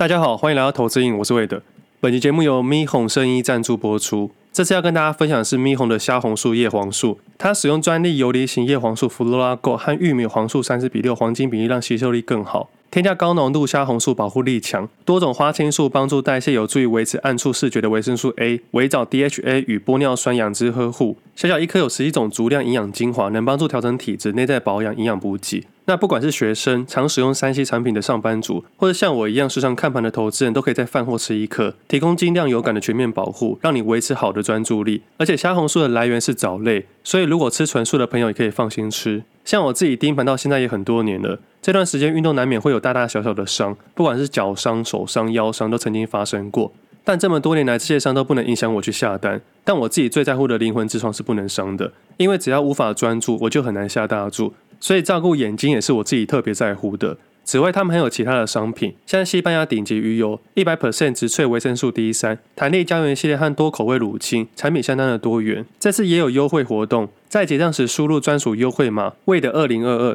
大家好，欢迎来到投资瘾，我是魏德。本期节目由咪红生医赞助播出。这次要跟大家分享的是咪红的虾红素叶黄素，它使用专利游离型叶黄素 Flora Gold 和玉米黄素30:6黄金比例，让吸收力更好。添加高浓度虾红素保护力强，多种花青素帮助代谢，有助于维持暗处视觉的维生素 A， 微藻 DHA 与玻尿酸养殖呵护。小小一颗有11种足量营养精华，能帮助调整体质、内在保养、营养补给。那不管是学生、常使用3C 产品的上班族，或者像我一样时常看盘的投资人，都可以在饭后吃一颗，提供精量有感的全面保护，让你维持好的专注力。而且虾红素的来源是藻类，所以如果吃纯素的朋友也可以放心吃。像我自己盯盘到现在也很多年了，这段时间运动难免会有大大小小的伤，不管是脚伤、手伤、腰伤都曾经发生过。但这么多年来，这些伤都不能影响我去下单。但我自己最在乎的灵魂之窗是不能伤的，因为只要无法专注，我就很难下大注。所以照顾眼睛也是我自己特别在乎的。此外，他们还有其他的商品，像西班牙顶级鱼油、100% 植萃维生素 D3、弹力胶原系列和多口味乳清，产品相当的多元。这次也有优惠活动，在结账时输入专属优惠码 WADE2022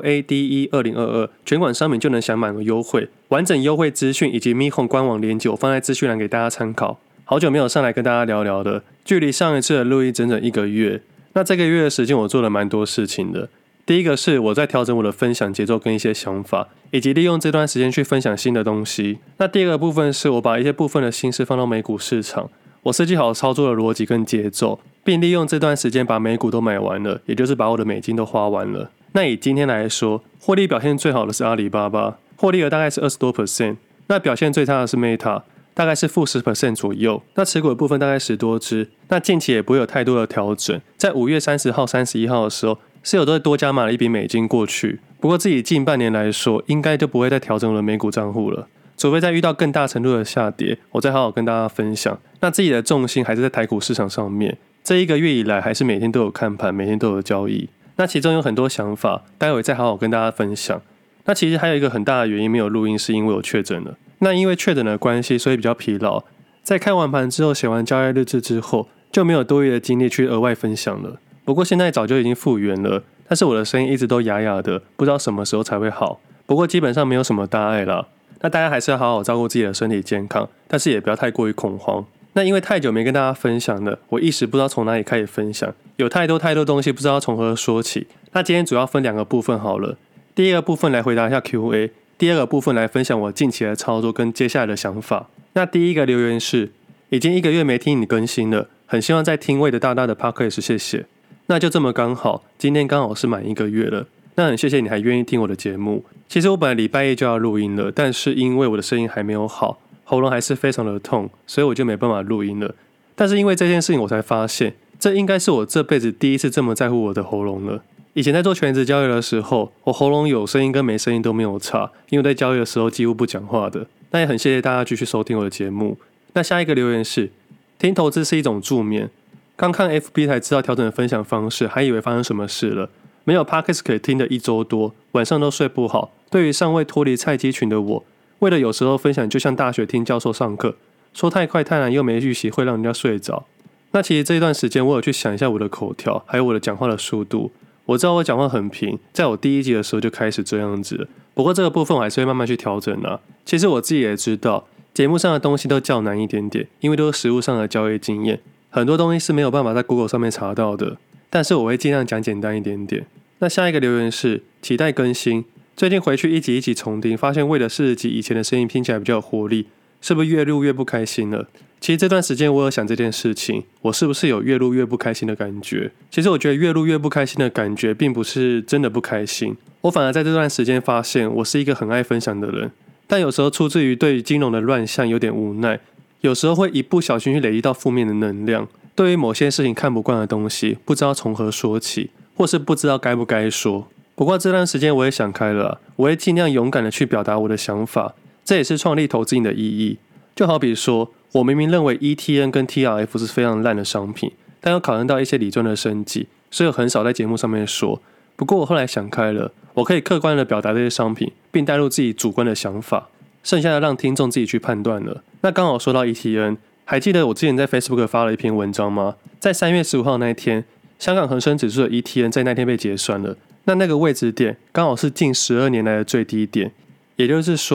WADE2022， 全馆商品就能享满额优惠。完整优惠资讯以及咪红官网连结我放在资讯栏给大家参考。好久没有上来跟大家聊聊了，距离上一次的录音整整1个月。那这个月的时间我做了蛮多事情的。第一个是我在调整我的分享节奏跟一些想法，以及利用这段时间去分享新的东西。那第二个部分是我把一些部分的心思放到美股市场，我设计好操作的逻辑跟节奏，并利用这段时间把美股都买完了，也就是把我的美金都花完了。那以今天来说，获利表现最好的是阿里巴巴，获利额大概是20多%。那表现最差的是 Meta， 大概是负10% 左右。那持股的部分大概10多只。那近期也不会有太多的调整，在5月30号、31号的时候，室友都会多加码了一笔美金过去。不过自己近半年来说，应该就不会再调整我的美股账户了，除非再遇到更大程度的下跌，我再好好跟大家分享。那自己的重心还是在台股市场上面，这1个月以来还是每天都有看盘，每天都有交易。那其中有很多想法，待会再好好跟大家分享。那其实还有一个很大的原因没有录音，是因为我确诊了。那因为确诊的关系，所以比较疲劳。在看完盘之后，写完交易日志之后，就没有多余的精力去额外分享了。不过现在早就已经复原了，但是我的声音一直都哑哑的，不知道什么时候才会好。不过基本上没有什么大碍啦。那大家还是要好好照顾自己的身体健康，但是也不要太过于恐慌。那因为太久没跟大家分享了，我一时不知道从哪里开始分享，有太多东西不知道从何说起。那今天主要分2个部分好了。第一个部分来回答一下 Q&A， 第二个部分来分享我近期的操作跟接下来的想法。那第一个留言是，已经1个月没听你更新了，很希望再听魏的大大的 Podcast， 谢谢。那就这么刚好，今天刚好是满1个月了。那很谢谢你还愿意听我的节目。其实我本来礼拜一就要录音了，但是因为我的声音还没有好，喉咙还是非常的痛，所以我就没办法录音了。但是因为这件事情，我才发现，这应该是我这辈子第一次这么在乎我的喉咙了。以前在做全职交易的时候，我喉咙有声音跟没声音都没有差，因为我在交易的时候几乎不讲话的。那也很谢谢大家继续收听我的节目。那下一个留言是，听投资是一种助眠，刚看 FB 才知道调整的分享方式，还以为发生什么事了。没有 Podcast 可以听的1周多，晚上都睡不好。对于尚未脱离菜鸡群的我，为了有时候分享就像大学听教授上课，说太快太难又没预习会让人家睡着。那其实这一段时间我有去想一下我的口条，还有我的讲话的速度。我知道我讲话很平，在我第1集的时候就开始这样子了。不过这个部分我还是会慢慢去调整啊。其实我自己也知道，节目上的东西都较难一点点，因为都是实务上的交易经验，很多东西是没有办法在 Google 上面查到的。但是我会尽量讲简单一点点。那下一个留言是期待更新，最近回去一集一集重听，发现为了40集以前的声音听起来比较有活力，是不是越录越不开心了？其实这段时间我有想这件事情，我是不是有越录越不开心的感觉？其实我觉得越录越不开心的感觉并不是真的不开心，我反而在这段时间发现我是一个很爱分享的人，但有时候出自于对于金融的乱象有点无奈，有时候会一不小心去累积到负面的能量，对于某些事情看不惯的东西，不知道从何说起，或是不知道该不该说。不过这段时间我也想开了我会尽量勇敢的去表达我的想法，这也是创立投资瘾的意义。就好比说，我明明认为 ETN 跟 TRF 是非常烂的商品，但又考虑到一些理论的生计，所以我很少在节目上面说。不过我后来想开了，我可以客观的表达这些商品，并带入自己主观的想法，剩下的让听众自己去判断了。那刚好说到 ETN， 还记得我之前在 Facebook 发了一篇文章吗？在3月15号那一天，香港恒生指数的 ETN 在那天被结算了，那个位置点刚好是近12年来的最低点，也就是说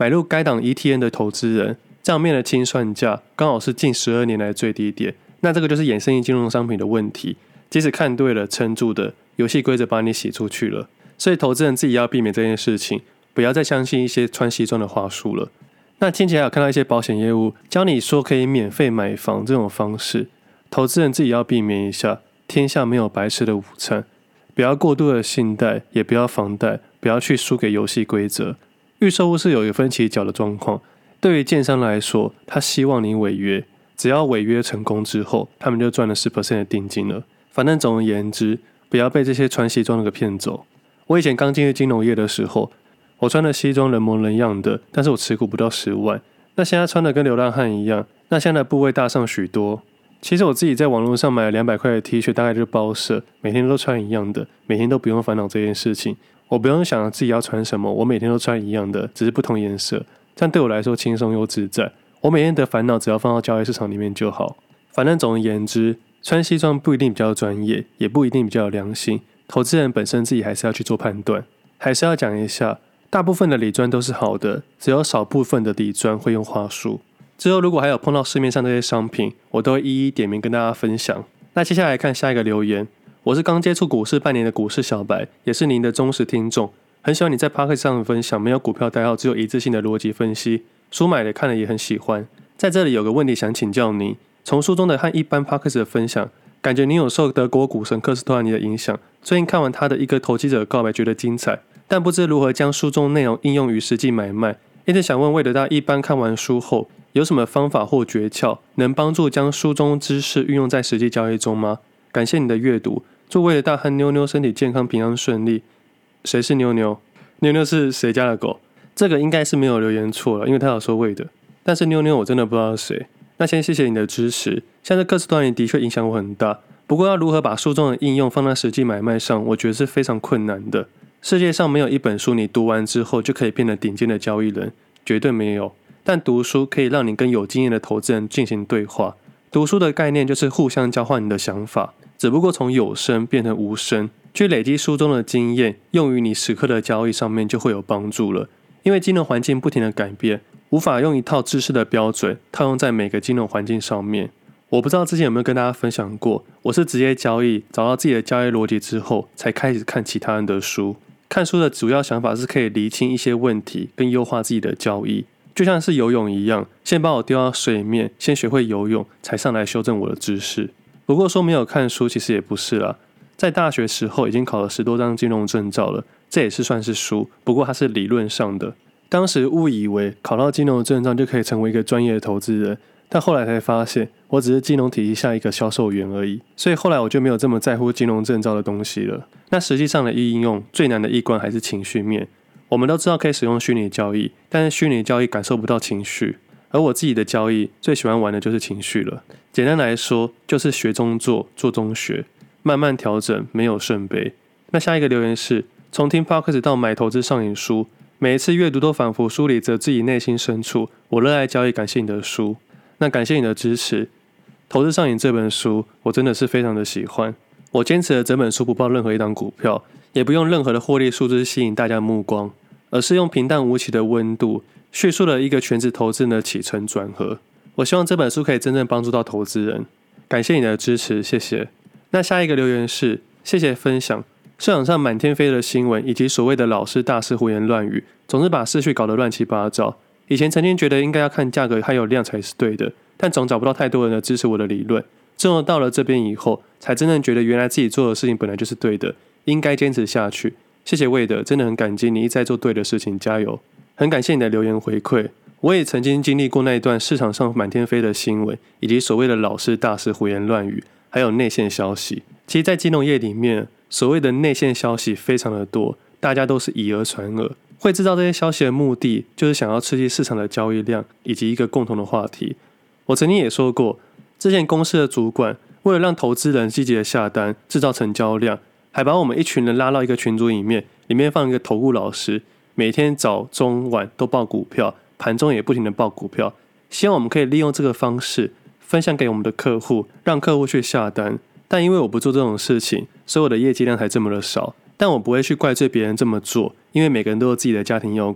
买入该档 ETN 的投资人账面的清算价刚好是近12年来最低点，那这个就是衍生性金融商品的问题，即使看对了撑住的，游戏规则把你洗出去了，所以投资人自己要避免这件事情，不要再相信一些穿西装的话术了。那近期还有看到一些保险业务教你说可以免费买房这种方式，投资人自己要避免一下，天下没有白吃的午餐，不要过度的信贷，也不要房贷，不要去输给游戏规则。预售屋是有一个分期缴的状况，对于建商来说，他希望你违约，只要违约成功之后，他们就赚了 10% 的定金了。反正总而言之，不要被这些穿西装的给骗走。我以前刚进入金融业的时候，我穿的西装人模人样的，但是我持股不到10万。那现在穿的跟流浪汉一样，那现在的部位大上许多。其实我自己在网络上买了200块的 T 恤，大概就是包色，每天都穿一样的，每天都不用烦恼这件事情。我不用想自己要穿什么，我每天都穿一样的，只是不同颜色，这样对我来说轻松又自在。我每天的烦恼只要放到交易市场里面就好。反正总而言之，穿西装不一定比较专业，也不一定比较有良心，投资人本身自己还是要去做判断。还是要讲一下，大部分的理专都是好的，只有少部分的理专会用话术。之后如果还有碰到市面上这些商品，我都会一一点名跟大家分享。那接下来看下一个留言，我是刚接触股市半年的股市小白，也是您的忠实听众，很喜欢你在 Podcast 上分享没有股票代号，只有一致性的逻辑分析，书买了看了也很喜欢。在这里有个问题想请教您，从书中的和一般 Podcast 的分享，感觉您有受德国股神科斯托兰尼的影响，最近看完他的一个投机者告白觉得精彩，但不知如何将书中内容应用于实际买卖，因此想问魏德大一般看完书后有什么方法或诀窍能帮助将书中知识运用在实际交易中吗？感谢你的阅读，祝魏德大和妞妞身体健康平安顺利。谁是妞妞？妞妞是谁家的狗？这个应该是没有留言错了，因为他有说魏的，但是妞妞我真的不知道是谁。那先谢谢你的支持，像这科斯托兰尼的确影响我很大，不过要如何把书中的应用放在实际买卖上，我觉得是非常困难的。世界上没有一本书你读完之后就可以变得顶尖的交易人，绝对没有。但读书可以让你跟有经验的投资人进行对话，读书的概念就是互相交换你的想法，只不过从有声变成无声，去累积书中的经验，用于你时刻的交易上面就会有帮助了。因为金融环境不停的改变，无法用一套知识的标准套用在每个金融环境上面。我不知道之前有没有跟大家分享过，我是直接交易，找到自己的交易逻辑之后，才开始看其他人的书。看书的主要想法是可以厘清一些问题，跟优化自己的交易。就像是游泳一样，先把我丢到水面，先学会游泳，才上来修正我的知识。不过说没有看书，其实也不是啦。在大学时候已经考了10多张金融证照了，这也是算是书，不过它是理论上的。当时误以为考到金融证照就可以成为一个专业的投资人，但后来才发现，我只是金融体系下一个销售员而已。所以后来我就没有这么在乎金融证照的东西了。那实际上的应用最难的一关还是情绪面。我们都知道可以使用虚拟交易，但是虚拟交易感受不到情绪，而我自己的交易最喜欢玩的就是情绪了。简单来说，就是学中做，做中学，慢慢调整，没有圣杯。那下一个留言是，从听 Podcast 到买投资上瘾书，每一次阅读都仿佛梳理着自己内心深处，我热爱交易，感谢你的书。那感谢你的支持。投资上瘾这本书，我真的是非常的喜欢。我坚持了整本书不报任何一档股票，也不用任何的获利数字吸引大家目光，而是用平淡无奇的温度叙述了一个全职投资人的起承转合。我希望这本书可以真正帮助到投资人。感谢你的支持，谢谢。那下一个留言是，谢谢分享。市场上满天飞的新闻以及所谓的老师大师胡言乱语，总是把思绪搞得乱七八糟。以前曾经觉得应该要看价格还有量才是对的，但总找不到太多人的支持我的理论。自从到了这边以后，才真正觉得原来自己做的事情本来就是对的，应该坚持下去。谢谢魏德，真的很感激你一直在做对的事情，加油！很感谢你的留言回馈。我也曾经经历过那一段市场上满天飞的新闻，以及所谓的老师大师胡言乱语，还有内线消息。其实在金融业里面，所谓的内线消息非常的多，大家都是以讹传讹。会制造这些消息的目的，就是想要刺激市场的交易量，以及一个共同的话题。我曾经也说过，之前公司的主管为了让投资人积极的下单，制造成交量，还把我们一群人拉到一个群组里面放一个投顾老师，每天早中晚都报股票，盘中也不停的报股票，希望我们可以利用这个方式分享给我们的客户，让客户去下单。但因为我不做这种事情，所以我的业绩量才这么的少。但我不会去怪罪别人这么做，因为每个人都有自己的家庭要顾。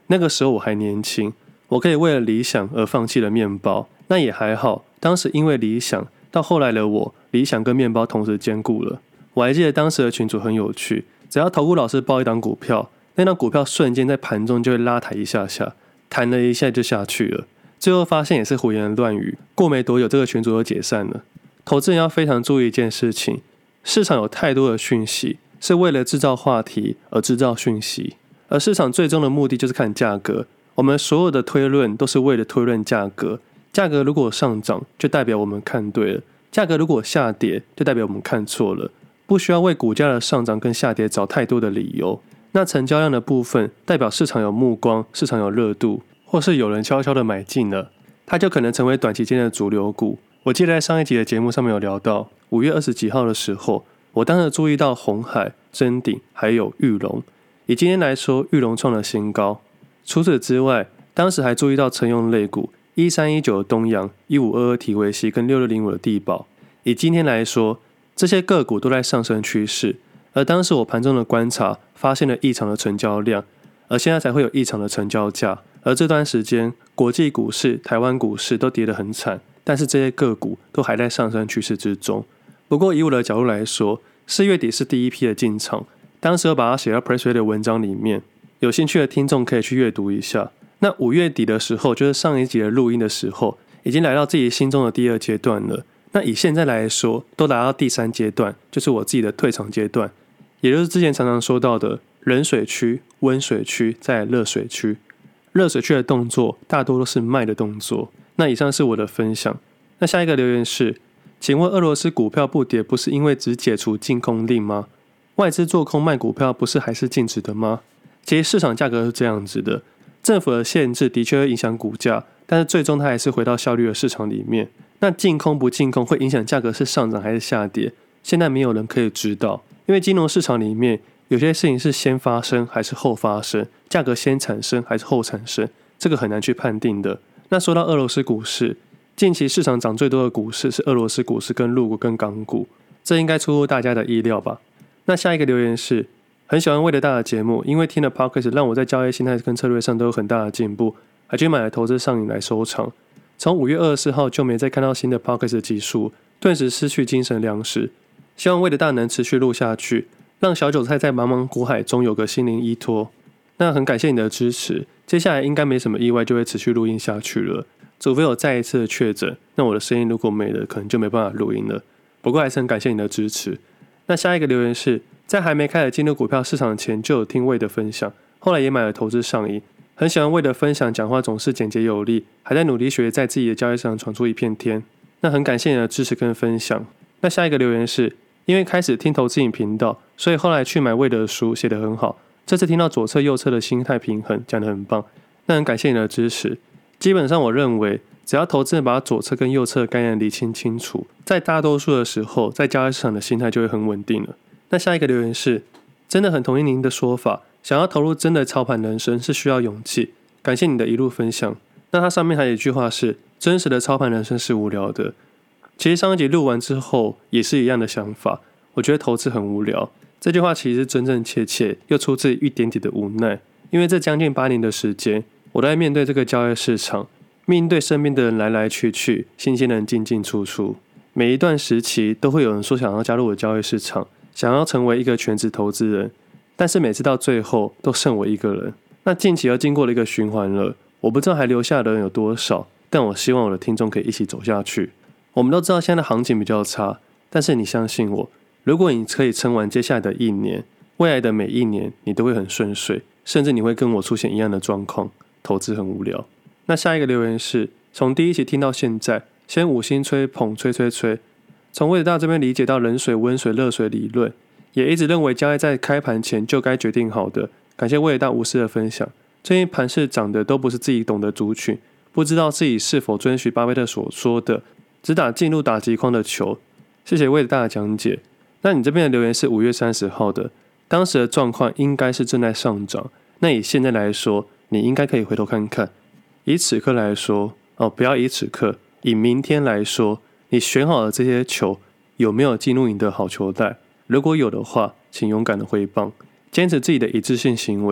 那个时候我还年轻，我可以为了理想而放弃了面包，那也还好，当时因为理想，到后来的我，理想跟面包同时兼顾了。我还记得当时的群组很有趣，只要投顾老师报一档股票，那档股票瞬间在盘中就会拉抬一下下，弹了一下就下去了，最后发现也是胡言乱语，过没多久这个群组就解散了。投资人要非常注意一件事情，市场有太多的讯息，是为了制造话题而制造讯息，而市场最终的目的就是看价格，我们所有的推论都是为了推论价格，价格如果上涨就代表我们看对了，价格如果下跌就代表我们看错了，不需要为股价的上涨跟下跌找太多的理由。那成交量的部分代表市场有目光，市场有热度，或是有人悄悄的买进了，它就可能成为短期间的主流股。我记得在上一集的节目上面有聊到5月20几号的时候，我当时注意到鸿海、臻鼎还有裕隆，以今天来说裕隆创了新高。除此之外，当时还注意到成用类股1319的东阳、1522体维西跟6605的地保。以今天来说，这些个股都在上升趋势，而当时我盘中的观察发现了异常的成交量，而现在才会有异常的成交价。而这段时间国际股市、台湾股市都跌得很惨，但是这些个股都还在上升趋势之中。不过以我的角度来说，4月底是第一批的进场，当时我把它写到 Pressway 的文章里面，有兴趣的听众可以去阅读一下。那5月底的时候，就是上一集的录音的时候，已经来到自己心中的第2阶段了。那以现在来说，都来到第3阶段，就是我自己的退场阶段，也就是之前常常说到的冷水区、温水区，再来热水区。热水区的动作大多都是卖的动作。那以上是我的分享。那下一个留言是，请问俄罗斯股票不跌不是因为只解除禁空令吗？外资做空卖股票不是还是禁止的吗？其实市场价格是这样子的，政府的限制的确会影响股价，但是最终它还是回到效率的市场里面。那禁空不禁空会影响价格是上涨还是下跌，现在没有人可以知道，因为金融市场里面有些事情是先发生还是后发生，价格先产生还是后产生，这个很难去判定的。那说到俄罗斯股市，近期市场涨最多的股市是俄罗斯股市跟陆股跟港股，这应该出乎大家的意料吧。那下一个留言是，很喜欢魏德大的节目，因为听了 Podcast 让我在交易心态跟策略上都有很大的进步，还去买了投资上瘾来收藏。从5月24号就没再看到新的 Podcast 的集数，顿时失去精神粮食。希望魏德大能持续录下去，让小韭菜在茫茫股海中有个心灵依托。那很感谢你的支持，接下来应该没什么意外就会持续录音下去了，除非有再一次的确诊，那我的声音如果没了，可能就没办法录音了。不过还是很感谢你的支持。那下一个留言是，在还没开始进入股票市场前就有听魏的分享，后来也买了投资上瘾，很喜欢魏的分享，讲话总是简洁有力，还在努力学在自己的交易上闯出一片天。那很感谢你的支持跟分享。那下一个留言是，因为开始听投资瘾频道，所以后来去买魏的书，写得很好。这次听到左侧右侧的心态平衡，讲得很棒，那很感谢你的支持。基本上我认为，只要投资人把左侧跟右侧的概念理清清楚，在大多数的时候，在交易市场的心态就会很稳定了。那下一个留言是，真的很同意您的说法，想要投入真的操盘人生是需要勇气，感谢你的一路分享。那它上面还有一句话是，真实的操盘人生是无聊的。其实上一集录完之后也是一样的想法，我觉得投资很无聊。这句话其实是真真切切，又出自一点点的无奈，因为这将近8年的时间，我都在面对这个交易市场，面对身边的人来来去去，新鲜人进进出出，每一段时期都会有人说想要加入我的交易市场，想要成为一个全职投资人，但是每次到最后都剩我一个人。那近期又经过了一个循环了，我不知道还留下的人有多少，但我希望我的听众可以一起走下去。我们都知道现在的行情比较差，但是你相信我，如果你可以撑完接下来的1年，未来的每一年你都会很顺遂，甚至你会跟我出现一样的状况，投资很无聊。那下一个留言是，从第一期听到现在，先5星吹捧吹吹吹，从魏德大这边理解到冷水温水热水理论，也一直认为交易在开盘前就该决定好的，感谢魏德大无私的分享。最近盘势涨的都不是自己懂的族群，不知道自己是否遵循巴菲特所说的只打进入打击框的球。谢谢魏德大的讲解。那你这边的留言是5月30号的，当时的状况应该是正在上涨，那以现在来说，你应该可以回头看看。以此刻来说，不要以此刻，以明天来说，你选好的这些球有没有进入你的好球袋？如果有的话，请勇敢的挥棒，坚持自己的一致性行为，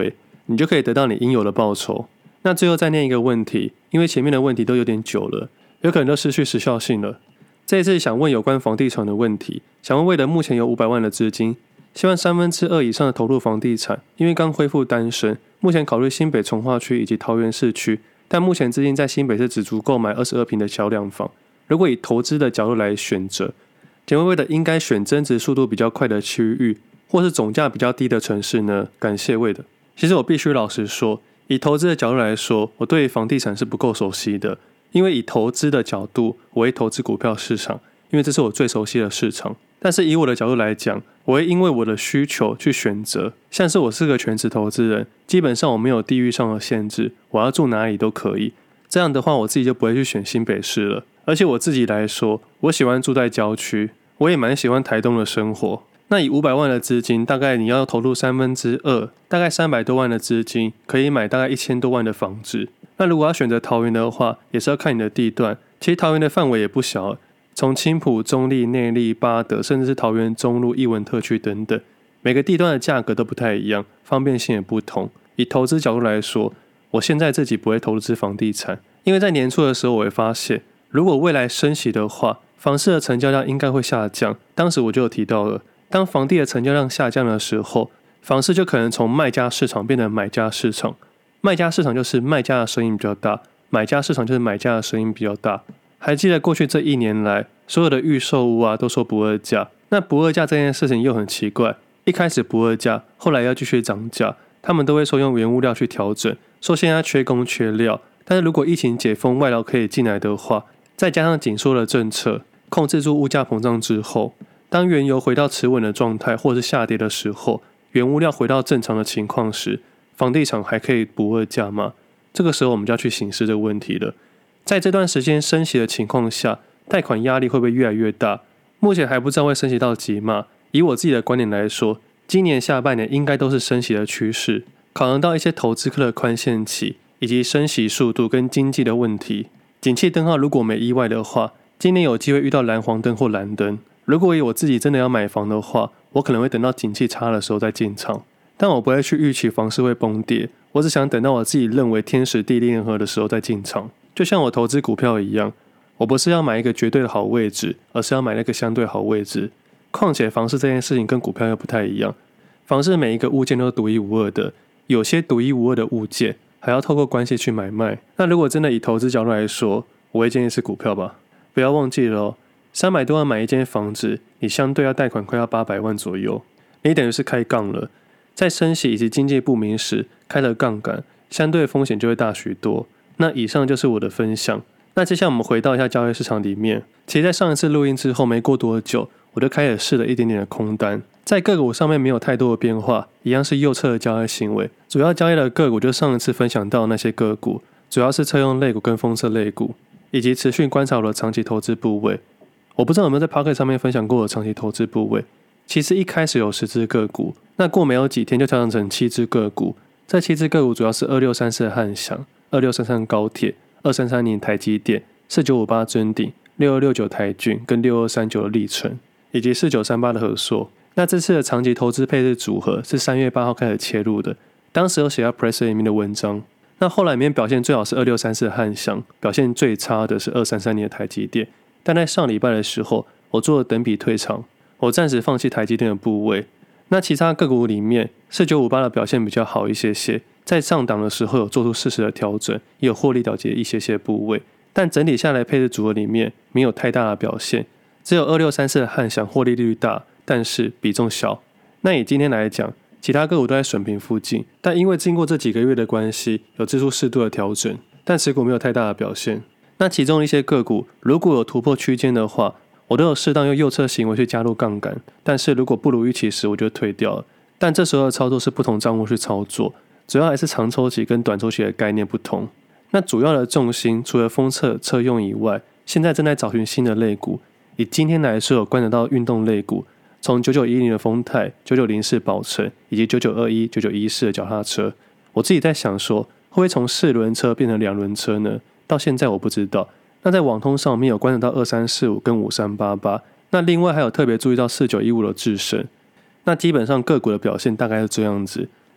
你就可以得到你应有的报酬。那最后再念一个问题，因为前面的问题都有点久了，有可能都失去时效性了。这一次想问有关房地产的问题，想问魏德目前有500万的资金，希望2/3以上的投入房地产，因为刚恢复单身，目前考虑新北从化区以及桃园市区，但目前资金在新北市只足够买22坪的小两房。如果以投资的角度来选择，请问魏德应该选增值速度比较快的区域，或是总价比较低的城市呢？感谢魏德。其实我必须老实说，以投资的角度来说，我对房地产是不够熟悉的。因为以投资的角度，我会投资股票市场，因为这是我最熟悉的市场。但是以我的角度来讲，我会因为我的需求去选择。像是我是个全职投资人，基本上我没有地域上的限制，我要住哪里都可以。这样的话，我自己就不会去选新北市了。而且我自己来说，我喜欢住在郊区，我也蛮喜欢台东的生活。那以500万的资金，大概你要投入2/3，大概300多万的资金，可以买大概1000多万的房子。那如果要选择桃园的话，也是要看你的地段。其实桃园的范围也不小，从青埔、中坜、内坜、八德，甚至是桃园中路、艺文特区等等，每个地段的价格都不太一样，方便性也不同。以投资角度来说，我现在自己不会投资房地产，因为在年初的时候我会发现，如果未来升息的话，房市的成交量应该会下降。当时我就有提到了，当房地的成交量下降的时候，房市就可能从卖家市场变成买家市场。卖家市场就是卖家的声音比较大，买家市场就是买家的声音比较大。还记得过去这1年来，所有的预售屋都说不二价。那不二价这件事情又很奇怪，一开始不二价，后来要继续涨价，他们都会说用原物料去调整，说现在缺工缺料。但是如果疫情解封，外劳可以进来的话，再加上紧缩的政策，控制住物价膨胀之后，当原油回到持稳的状态，或是下跌的时候，原物料回到正常的情况时，房地产还可以不二价吗？这个时候我们就要去审视这个问题了。在这段时间升息的情况下，贷款压力会不会越来越大？目前还不知道会升息到几码。以我自己的观点来说，今年下半年应该都是升息的趋势，考量到一些投资客的宽限期，以及升息速度跟经济的问题。景气灯号如果没意外的话，今年有机会遇到蓝黄灯或蓝灯。如果以我自己真的要买房的话，我可能会等到景气差的时候再进场。但我不会去预期房市会崩跌，我只想等到我自己认为天时地利人和的时候再进场。就像我投资股票一样，我不是要买一个绝对的好位置，而是要买那个相对好位置。况且房市这件事情跟股票又不太一样，房市每一个物件都是独一无二的，有些独一无二的物件还要透过关系去买卖。那如果真的以投资角度来说，我会建议是股票吧。不要忘记了300多万买一间房子，你相对要贷款快要800万左右，你等于是开杠了。在升息以及经济不明时开了杠杆，相对的风险就会大许多。那以上就是我的分享。那接下来我们回到一下交易市场里面，其实在上一次录音之后没过多久，我就开始试了一点点的空单。在个股上面没有太多的变化，一样是右侧的交易行为。主要交易的个股就上一次分享到那些个股，主要是车用类股跟封测类股，以及持续观察我的长期投资部位。我不知道有没有在 Pocket 上面分享过我的长期投资部位。其实一开始有10只个股，那过没有几天就调整成7只个股。这7只个股主要是2634的汉翔、2633高铁、2330台积电、4958臻鼎、6269台骏跟6239的力成，以及4938的和硕。那这次的长期投资配置组合是3月8号开始切入的，当时有写到 Press 里面的文章。那后来里面表现最好是2634的汉翔，表现最差的是2330的台积电。但在上礼拜的时候，我做了等比退场，我暂时放弃台积电的部位。那其他个股里面，4958的表现比较好一些些，在上档的时候有做出适时的调整，也有获利了结一些些部位，但整体下来配置组合里面没有太大的表现，只有2634的汉翔获利率大，但是比重小。那以今天来讲，其他个股都在水平附近，但因为经过这几个月的关系，有做出适度的调整，但持股没有太大的表现。那其中一些个股如果有突破区间的话，我都有适当用右侧行为去加入杠杆，但是如果不如预期时，我就退掉了。但这时候的操作是不同账户去操作，主要还是长周期跟短周期的概念不同。那主要的重心除了封测车用以外，现在正在找寻新的类股。以今天来说，有观察到运动类股，从9910的丰泰、9904宝成以及9921、9914的脚踏车。我自己在想说，会不会从4轮车变成2轮车呢？到现在我不知道。那在网通上面有观察到2345跟5388，那另外还有特别注意到4915的智胜。那基本上个股的表现大概是这样子。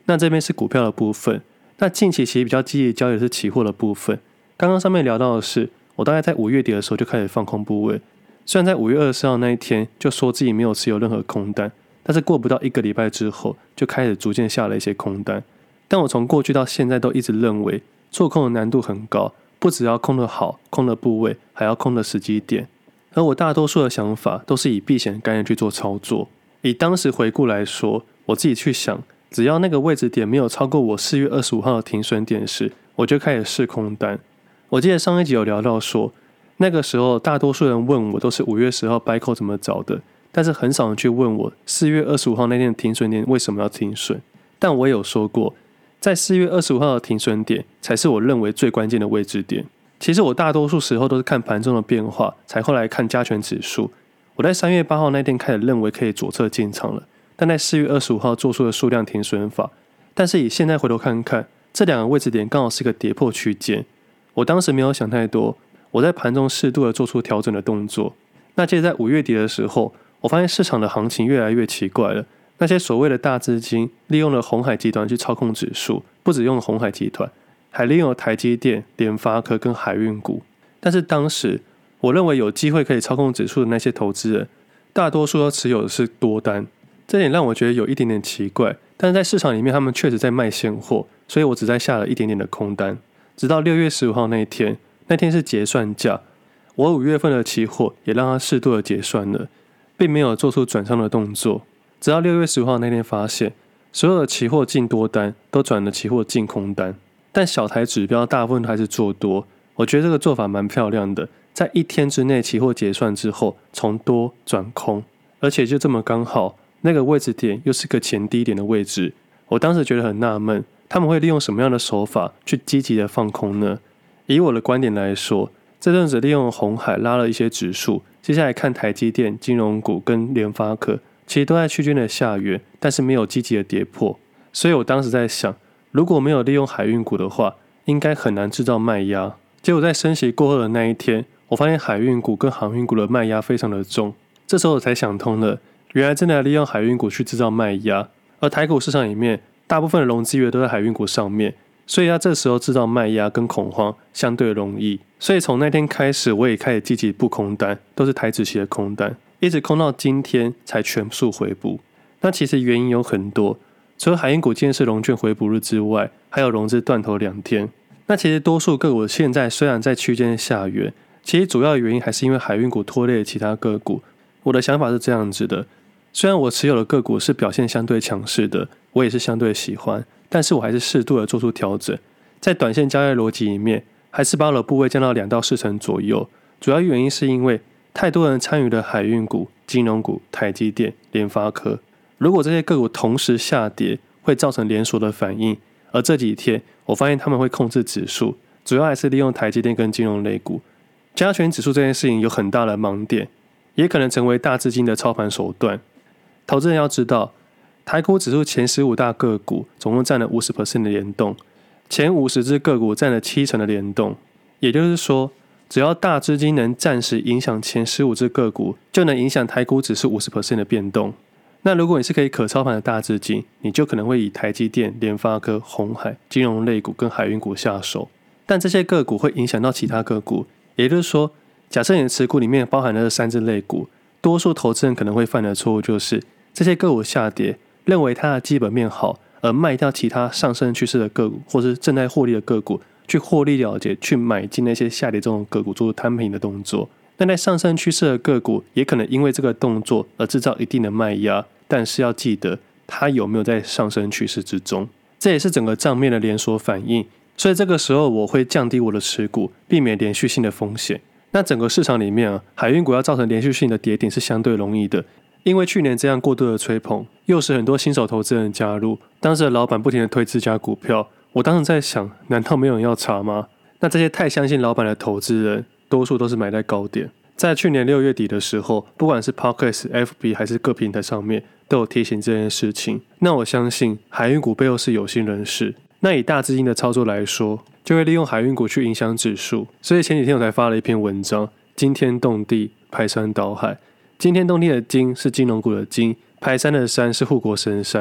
那这边是股票的部分。那近期其实比较积极交易的是期货的部分。刚刚上面聊到的是，我大概在5月底的时候就开始放空部位。虽然在5月24号那一天就说自己没有持有任何空单，但是过不到1个礼拜之后，就开始逐渐下了一些空单。但我从过去到现在都一直认为，做空的难度很高，不只要空得好，空的部位，还要空的时机点。而我大多数的想法都是以避险概念去做操作。以当时回顾来说，我自己去想，只要那个位置点没有超过我4月25号的停损点时，我就开始试空单。我记得上一集有聊到说，那个时候大多数人问我都是5月10号 buy call 怎么找的，但是很少人去问我4月25号那天的停损点为什么要停损。但我也有说过，在4月25号的停损点才是我认为最关键的位置点。其实我大多数时候都是看盘中的变化，才后来看加权指数。我在3月8号那天开始认为可以左侧进场了，但在4月25号做出了数量停损法。但是以现在回头看看，这两个位置点刚好是个跌破区间。我当时没有想太多，我在盘中适度的做出调整的动作。那接着在5月底的时候，我发现市场的行情越来越奇怪了。那些所谓的大资金利用了鸿海集团去操控指数，不只用了鸿海集团，还利用了台积电、联发科跟海运股。但是当时我认为有机会可以操控指数的那些投资人，大多数都持有的是多单，这点让我觉得有一点点奇怪。但是在市场里面，他们确实在卖现货，所以我只在下了一点点的空单。直到6月15号那一天，那天是结算价，我5月份的期货也让它适度的结算了，并没有做出转仓的动作。直到6月15号那天发现，所有的期货净多单都转了期货净空单，但小台指标大部分都还是做多。我觉得这个做法蛮漂亮的，在1天之内期货结算之后从多转空，而且就这么刚好，那个位置点又是个前低点的位置。我当时觉得很纳闷，他们会利用什么样的手法去积极的放空呢？以我的观点来说，这阵子利用鸿海拉了一些指数，接下来看台积电、金融股跟联发科，其实都在区间的下缘，但是没有积极的跌破。所以我当时在想，如果没有利用海运股的话，应该很难制造卖压。结果在升息过后的那一天，我发现海运股跟航运股的卖压非常的重。这时候我才想通了，原来真的利用海运股去制造卖压。而台股市场里面，大部分的融资余额都在海运股上面，所以要这时候制造卖压跟恐慌相对容易。所以从那天开始，我也开始积极布空单，都是台指期的空单，一直空到今天才全数回补。那其实原因有很多，除了海运股今天是融券回补日之外，还有融资断头2天。那其实多数个股现在虽然在区间下缘，其实主要的原因还是因为海运股拖累了其他个股。我的想法是这样子的，虽然我持有的个股是表现相对强势的，我也是相对喜欢，但是我还是适度的做出调整。在短线交易逻辑里面，还是把我的部位降到2到4成左右。主要原因是因为太多人参与了海运股、金融股、台积电、联发科。如果这些个股同时下跌，会造成连锁的反应。而这几天我发现他们会控制指数，主要还是利用台积电跟金融类股。加权指数这件事情有很大的盲点，也可能成为大资金的操盘手段。投资人要知道，台股指数前15大个股总共占了 50% 的联动，前50只个股占了7成的联动。也就是说，只要大资金能暂时影响前15只个股，就能影响台股指数 50% 的变动。那如果你是可以可操盘的大资金，你就可能会以台积电、联发科、鸿海、金融类股跟海运股下手。但这些个股会影响到其他个股，也就是说，假设你的持股里面包含了3只类股，多数投资人可能会犯的错误就是这些个股下跌，认为它的基本面好，而卖掉其他上升趋势的个股或是正在获利的个股，去获利了结，去买进那些下跌中的个股，做出摊平的动作。但在上升趋势的个股也可能因为这个动作而制造一定的卖压，但是要记得它有没有在上升趋势之中，这也是整个账面的连锁反应。所以这个时候我会降低我的持股，避免连续性的风险。那整个市场里面海运股要造成连续性的跌顶是相对容易的，因为去年这样过度的吹捧，诱使很多新手投资人加入，当时的老板不停的推自家股票。我当时在想，难道没有人要查吗？那这些太相信老板的投资人，多数都是买在高点。在去年6月底的时候，不管是 Podcast、FB 还是各平台上面，都有提醒这件事情。那我相信海运股背后是有心人士。那以大资金的操作来说，就会利用海运股去影响指数。所以前几天我才发了一篇文章，惊天动地，排山倒海。惊天动地的惊是金融股的惊，排山的山是护国神山。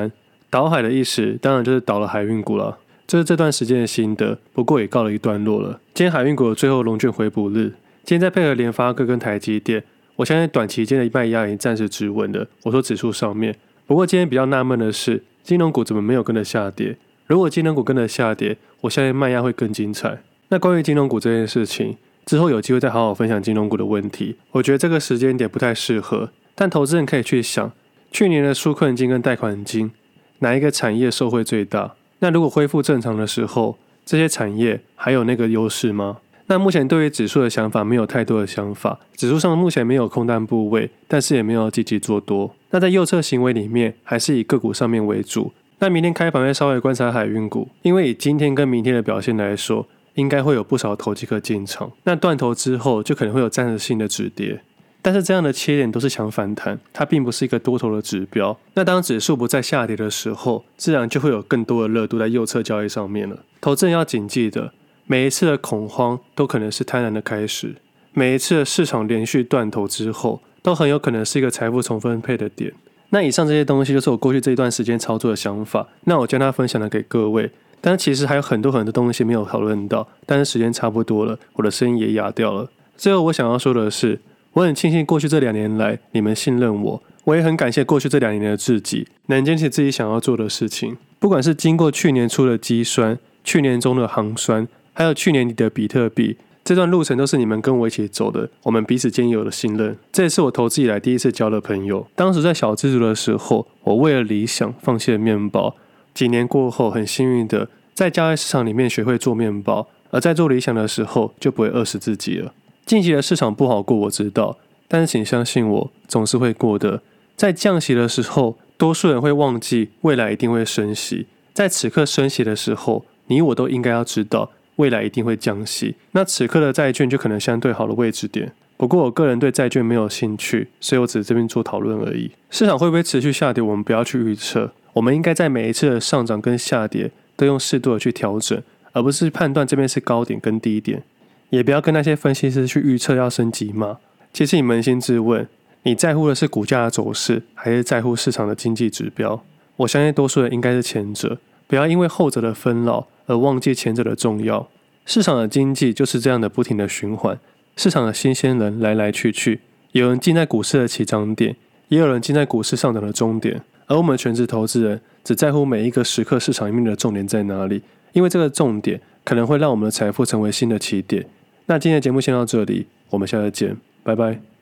倒海的意思当然就是倒了海运股了，这是这段时间的心得，不过也告了一段落了。今天海运股的最后龙卷回补日，今天再配合联发科跟台积电，我相信短期间的卖压已经暂时止稳了。我说指数上面，不过今天比较纳闷的是，金融股怎么没有跟着下跌？如果金融股跟着下跌，我相信卖压会更精彩。那关于金融股这件事情，之后有机会再好好分享金融股的问题。我觉得这个时间点不太适合，但投资人可以去想，去年的纾困金跟贷款金，哪一个产业受惠最大？那如果恢复正常的时候，这些产业还有那个优势吗？那目前对于指数的想法没有太多的想法，指数上目前没有空单部位，但是也没有积极做多。那在右侧行为里面，还是以个股上面为主。那明天开盘会稍微观察海运股，因为以今天跟明天的表现来说，应该会有不少投机客进场。那断头之后，就可能会有暂时性的止跌。但是这样的切点都是强反弹，它并不是一个多头的指标。那当指数不再下跌的时候，自然就会有更多的热度在右侧交易上面了。投资人要谨记的，每一次的恐慌都可能是贪婪的开始，每一次的市场连续断头之后，都很有可能是一个财富重分配的点。那以上这些东西就是我过去这一段时间操作的想法，那我将它分享了给各位。但是其实还有很多东西没有讨论到，但是时间差不多了，我的声音也哑掉了。最后我想要说的是，我很庆幸过去这2年来你们信任我，我也很感谢过去这2年的自己能坚持自己想要做的事情。不管是经过去年初的肌酸，去年中的航酸，还有去年底的比特币，这段路程都是你们跟我一起走的，我们彼此间有了信任。这也是我投资以来第一次交了朋友。当时在小资族的时候，我为了理想放弃了面包，几年过后很幸运的在交易市场里面学会做面包，而在做理想的时候就不会饿死自己了。近期的市场不好过我知道，但是请相信我，总是会过的。在降息的时候，多数人会忘记未来一定会升息，在此刻升息的时候，你我都应该要知道未来一定会降息，那此刻的债券就可能相对好的位置点。不过我个人对债券没有兴趣，所以我只是这边做讨论而已。市场会不会持续下跌，我们不要去预测，我们应该在每一次的上涨跟下跌都用适度的去调整，而不是判断这边是高点跟低点，也不要跟那些分析师去预测要升级码。其实你扪心自问，你在乎的是股价的走势，还是在乎市场的经济指标？我相信多数人应该是前者，不要因为后者的纷扰而忘记前者的重要。市场的经济就是这样的不停的循环，市场的新鲜人来来去去，有人进在股市的起涨点，也有人进在股市上涨的终点，而我们全职投资人只在乎每一个时刻市场里面的重点在哪里，因为这个重点可能会让我们的财富成为新的起点。那今天的节目先到这里，我们下次见，拜拜。